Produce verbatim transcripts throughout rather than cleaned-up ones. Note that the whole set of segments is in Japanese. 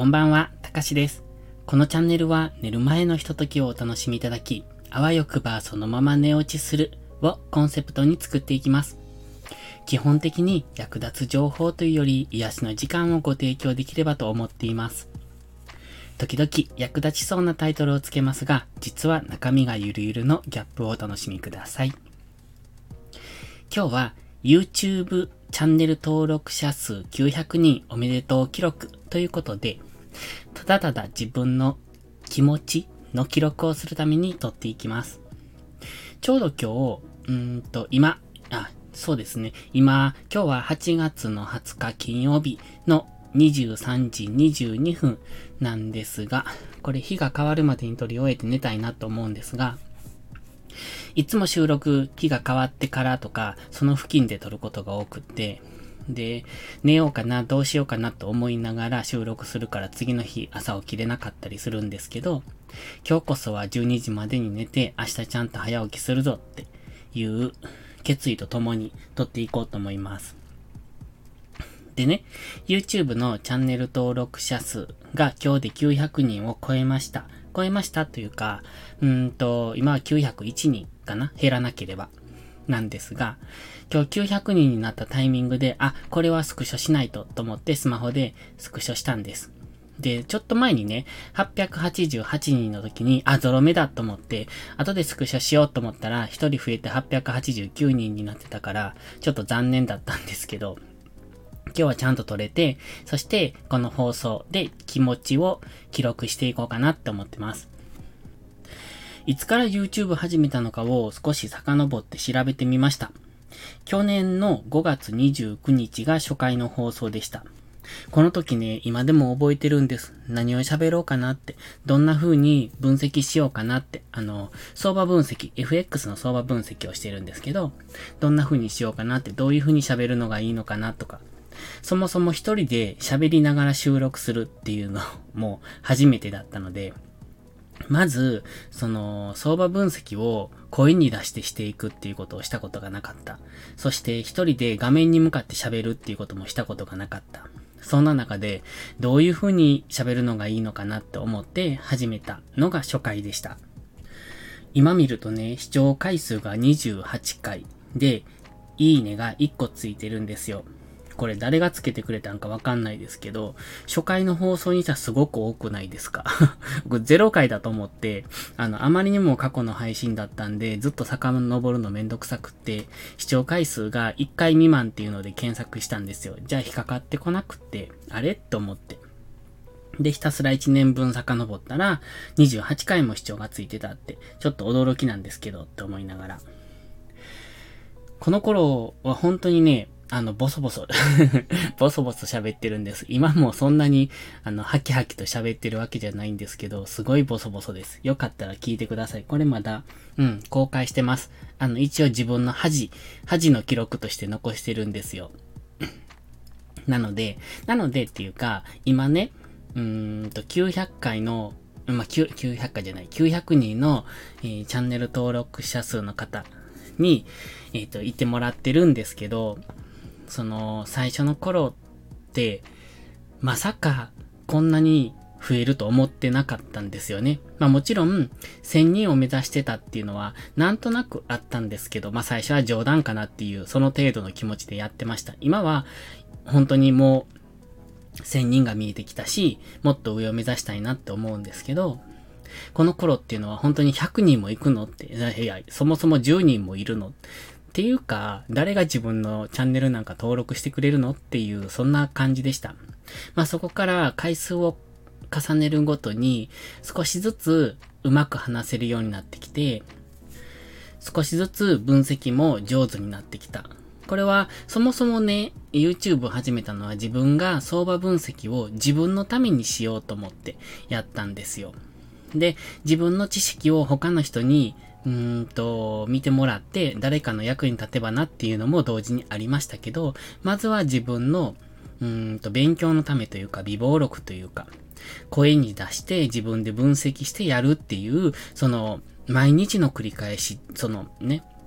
こんばんは、たかしです。このチャンネルは寝る前のひとときをお楽しみいただき、あわよくばそのまま寝落ちするをコンセプトに作っていきます。基本的に役立つ情報というより癒しの時間をご提供できればと思っています。時々役立ちそうなタイトルをつけますが、実は中身がゆるゆるのギャップをお楽しみください。今日は YouTube チャンネル登録者数きゅうひゃくにんおめでとう記録ということで、ただただ自分の気持ちの記録をするために撮っていきます。ちょうど今日、うーんと今、あ、そうですね。今、今日ははちがつのはつか金曜日のにじゅうさんじにじゅうにふんなんですが、これ日が変わるまでに撮り終えて寝たいなと思うんですが、いつも収録日が変わってからとか、その付近で撮ることが多くって、で、寝ようかな、どうしようかなと思いながら収録するから次の日朝起きれなかったりするんですけど、今日こそはじゅうにじまでに寝て明日ちゃんと早起きするぞっていう決意とともに撮っていこうと思います。でね、YouTube のチャンネル登録者数が今日できゅうひゃくにんを超えました。超えましたというか、うーんと、今はきゅうひゃくいちにんかな？減らなければ。なんですが、今日きゅうひゃくにんになったタイミングで、あ、これはスクショしないとと思ってスマホでスクショしたんです。で、ちょっと前にね、はっぴゃくはちじゅうはちにんの時に、あ、ゾロ目だと思って、後でスクショしようと思ったら、ひとり増えてはっぴゃくはちじゅうきゅうにんになってたから、ちょっと残念だったんですけど、今日はちゃんと撮れて、そしてこの放送で気持ちを記録していこうかなって思ってます。いつから YouTube 始めたのかを少し遡って調べてみました。去年のごがつにじゅうくにちが初回の放送でした。この時ね、今でも覚えてるんです。何を喋ろうかなって、どんな風に分析しようかなって、あの、相場分析、エフエックス の相場分析をしてるんですけど、どんな風にしようかなって、どういう風に喋るのがいいのかなとか、そもそも一人で喋りながら収録するっていうのも初めてだったので、まず、その、相場分析を声に出してしていくっていうことをしたことがなかった。そして一人で画面に向かって喋るっていうこともしたことがなかった。そんな中で、どういう風に喋るのがいいのかなって思って始めたのが初回でした。今見るとね、視聴回数がにじゅうはちかいで、いいねがいっこついてるんですよ。これ誰がつけてくれたんかわかんないですけど、初回の放送にしたらすごく多くないですか？僕ゼロかいだと思って、あの、あまりにも過去の配信だったんで、ずっと遡るのめんどくさくって、視聴回数がいっかい未満っていうので検索したんですよ。じゃあ引っかかってこなくって、あれと思って。で、ひたすらいちねんぶん遡ったら、にじゅうはちかいも視聴がついてたって、ちょっと驚きなんですけど、って思いながら。この頃は本当にね、あの、ボソボソ、ボソボソ喋ってるんです。今もそんなに、あの、ハキハキと喋ってるわけじゃないんですけど、すごいボソボソです。よかったら聞いてください。これまだ、うん、公開してます。あの、一応自分の恥、恥の記録として残してるんですよ。なので、なのでっていうか、今ね、うーんと、きゅうひゃっかいの、まあ、きゅうひゃっかいじゃない、きゅうひゃくにんの、えー、チャンネル登録者数の方に、えっと、いてもらってるんですけど、その、最初の頃って、まさかこんなに増えると思ってなかったんですよね。まあもちろん、せんにんを目指してたっていうのは、なんとなくあったんですけど、まあ最初は冗談かなっていう、その程度の気持ちでやってました。今は、本当にもう、せんにんが見えてきたし、もっと上を目指したいなって思うんですけど、この頃っていうのは本当にひゃくにんも行くのって、いや、そもそもじゅうにんもいるのっていうか、誰が自分のチャンネルなんか登録してくれるのっていう、そんな感じでした。まあそこから回数を重ねるごとに、少しずつうまく話せるようになってきて、少しずつ分析も上手になってきた。これは、そもそもね、YouTube を始めたのは自分が相場分析を自分のためにしようと思ってやったんですよ。で、自分の知識を他の人にうーんと、見てもらって、誰かの役に立てばなっていうのも同時にありましたけど、まずは自分の、うーんと、勉強のためというか、備忘録というか、声に出して自分で分析してやるっていう、その、毎日の繰り返し、そのね、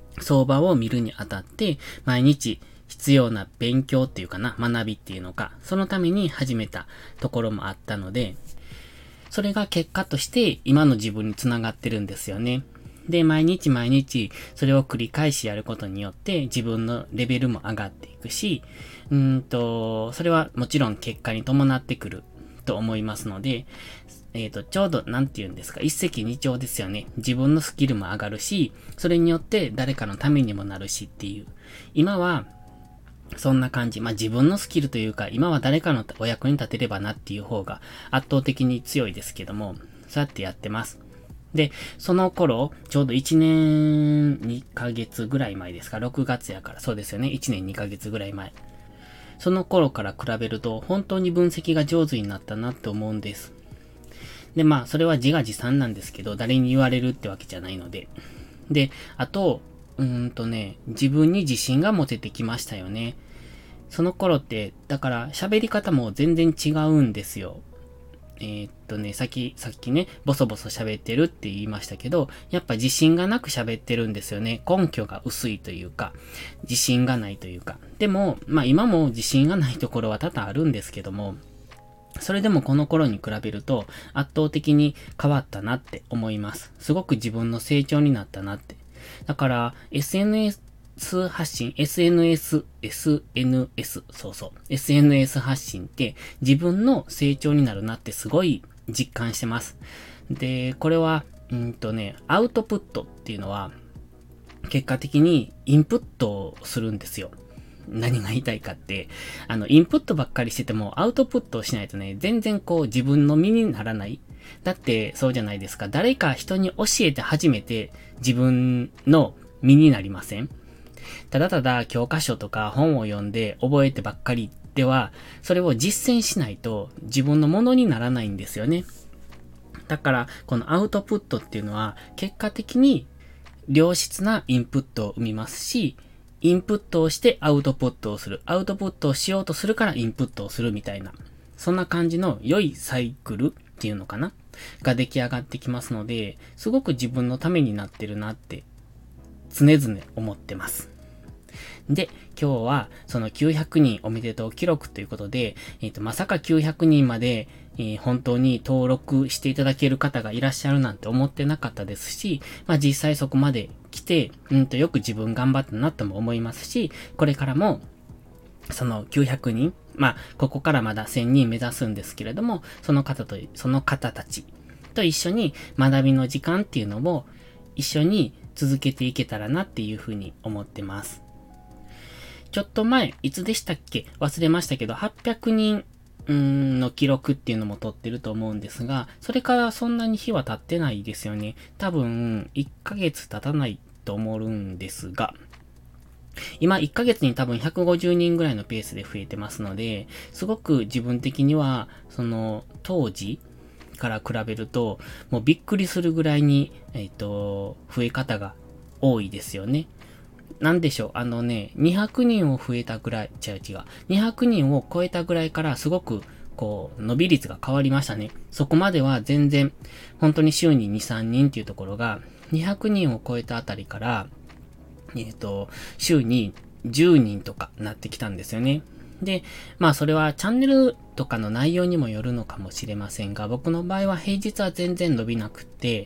相場を見るにあたって、毎日必要な勉強っていうかな、学びっていうのか、そのために始めたところもあったので、それが結果として今の自分につながってるんですよね。で、毎日毎日それを繰り返しやることによって自分のレベルも上がっていくし、うーんと、それはもちろん結果に伴ってくると思いますので、えっと、ちょうど、なんて言うんですか、一石二鳥ですよね。自分のスキルも上がるし、それによって誰かのためにもなるしっていう。今は、そんな感じ。まあ、自分のスキルというか、今は誰かのお役に立てればなっていう方が圧倒的に強いですけども、そうやってやってます。で、その頃、ちょうどいちねんにかげつぐらい前ですか、ろくがつやから、そうですよね、いちねんにかげつぐらい前。その頃から比べると、本当に分析が上手になったなって思うんです。で、まあ、それは自画自賛なんですけど、誰に言われるってわけじゃないので。で、あと、うーんとね、自分に自信が持ててきましたよね。その頃って、だから喋り方も全然違うんですよ。えー、っとね、さっき、さっきね、ボソボソ喋ってるって言いましたけど、やっぱ自信がなく喋ってるんですよね。根拠が薄いというか、自信がないというか。でも、まあ今も自信がないところは多々あるんですけども、それでもこの頃に比べると圧倒的に変わったなって思います。すごく自分の成長になったなって。だから エスエヌエス 発信、エスエヌエス、エスエヌエス、そうそう。エスエヌエス 発信って自分の成長になるなってすごい実感してます。で、これは、うんとね、アウトプットっていうのは結果的にインプットをするんですよ。何が言いたいかって、あの、インプットばっかりしててもアウトプットをしないとね、全然こう自分の身にならない。だってそうじゃないですか。誰か人に教えて初めて自分の身になりません？ただただ教科書とか本を読んで覚えてばっかりでは、それを実践しないと自分のものにならないんですよね。だから、このアウトプットっていうのは結果的に良質なインプットを生みますし、インプットをしてアウトプットをする。アウトプットをしようとするからインプットをするみたいな。そんな感じの良いサイクルっていうのかなが出来上がってきますので、すごく自分のためになってるなって常々思ってます。で、今日はそのきゅうひゃくにんおめでとう記録ということで、えっと、まさかきゅうひゃくにんまで、えー、本当に登録していただける方がいらっしゃるなんて思ってなかったですし、まあ実際そこまで来て、うんとよく自分頑張ったなとも思いますし、これからもそのきゅうひゃくにん、まあここからまだせんにん目指すんですけれども、その方と、その方たちと一緒に学びの時間っていうのを一緒に続けていけたらなっていうふうに思ってます。ちょっと前、いつでしたっけ忘れましたけど、はっぴゃくにんの記録っていうのも取ってると思うんですが、それからそんなに日は経ってないですよね。多分、いっかげつ経たないと思うんですが、今いっかげつに多分ひゃくごじゅうにんぐらいのペースで増えてますので、すごく自分的には、その、当時から比べると、もうびっくりするぐらいに、えっと、増え方が多いですよね。なんでしょう、あのね、にひゃくにんを増えたぐらい、違う違う、にひゃくにんを超えたぐらいからすごく、こう、伸び率が変わりましたね。そこまでは全然、本当に週にに、さんにんっていうところが、にひゃくにんを超えたあたりから、えっと、週にじゅうにんとかなってきたんですよね。で、まあそれはチャンネルとかの内容にもよるのかもしれませんが、僕の場合は平日は全然伸びなくって、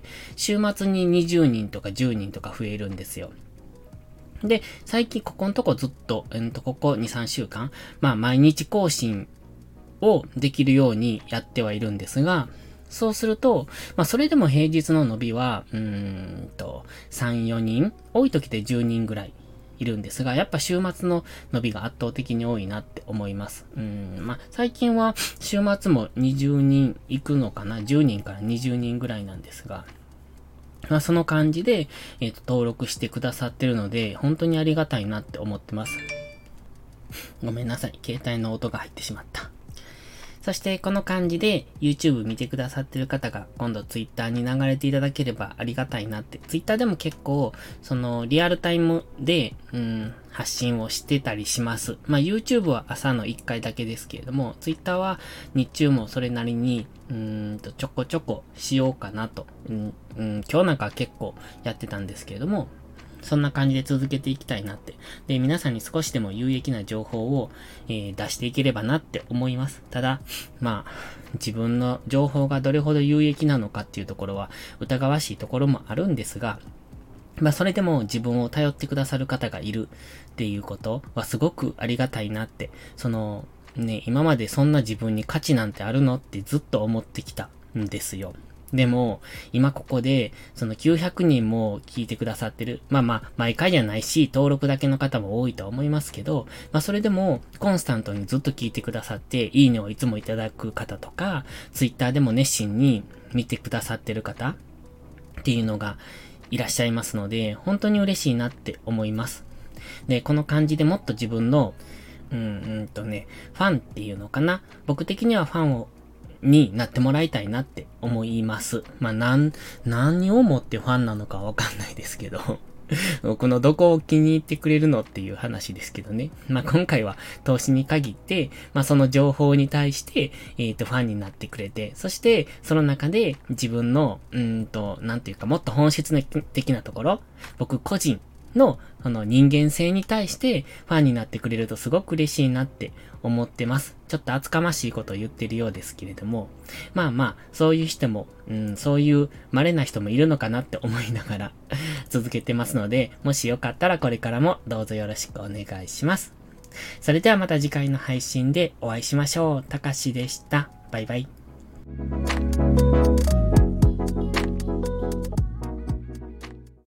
週末ににじゅうにんとかじゅうにんとか増えるんですよ。で、最近ここのとこずっと、うんと、ここに、さんしゅうかん、まあ、毎日更新をできるようにやってはいるんですが、そうすると、まあ、それでも平日の伸びは、うーんと、さん、よにん、多い時でじゅうにんぐらいいるんですが、やっぱ週末の伸びが圧倒的に多いなって思います。うん、まあ、最近は週末もにじゅうにんいくのかな ?じゅう 人からにじゅうにんぐらいなんですが、まあ、その感じで、えっと、登録してくださってるので、本当にありがたいなって思ってます。ごめんなさい。携帯の音が入ってしまった。そしてこの感じで YouTube 見てくださってる方が今度 Twitter に流れていただければありがたいなって。Twitter でも結構そのリアルタイムで、うん、発信をしてたりします。まあ YouTube は朝のいっかいだけですけれども、Twitter は日中もそれなりにうーんとちょこちょこしようかなと。うんうん、今日なんか結構やってたんですけれども、 そんな感じで続けていきたいなって。で、皆さんに少しでも有益な情報を、えー、出していければなって思います。ただ、まあ、自分の情報がどれほど有益なのかっていうところは疑わしいところもあるんですが、まあそれでも自分を頼ってくださる方がいるっていうことはすごくありがたいなって、そのね、今までそんな自分に価値なんてあるのってずっと思ってきたんですよ。でも、今ここで、そのきゅうひゃくにんも聞いてくださってる。まあまあ、毎回じゃないし、登録だけの方も多いとは思いますけど、まあそれでも、コンスタントにずっと聞いてくださって、いいねをいつもいただく方とか、ツイッターでも熱心に見てくださってる方っていうのがいらっしゃいますので、本当に嬉しいなって思います。で、この感じでもっと自分の、うん、うんとね、ファンっていうのかな。僕的にはファンをになってもらいたいなって思います。まあ、なん、何をもってファンなのかわかんないですけど僕のどこを気に入ってくれるのっていう話ですけどね。まあ、今回は投資に限って、まあ、その情報に対して、えっと、ファンになってくれて、そして、その中で自分の、うーんと、なんていうか、もっと本質的なところ、僕個人の、その人間性に対してファンになってくれるとすごく嬉しいなって思ってます。ちょっと厚かましいことを言ってるようですけれども、まあまあ、そういう人も、うん、そういう稀な人もいるのかなって思いながら続けてますので、もしよかったらこれからもどうぞよろしくお願いします。それではまた次回の配信でお会いしましょう。たかしでした。バイバイ。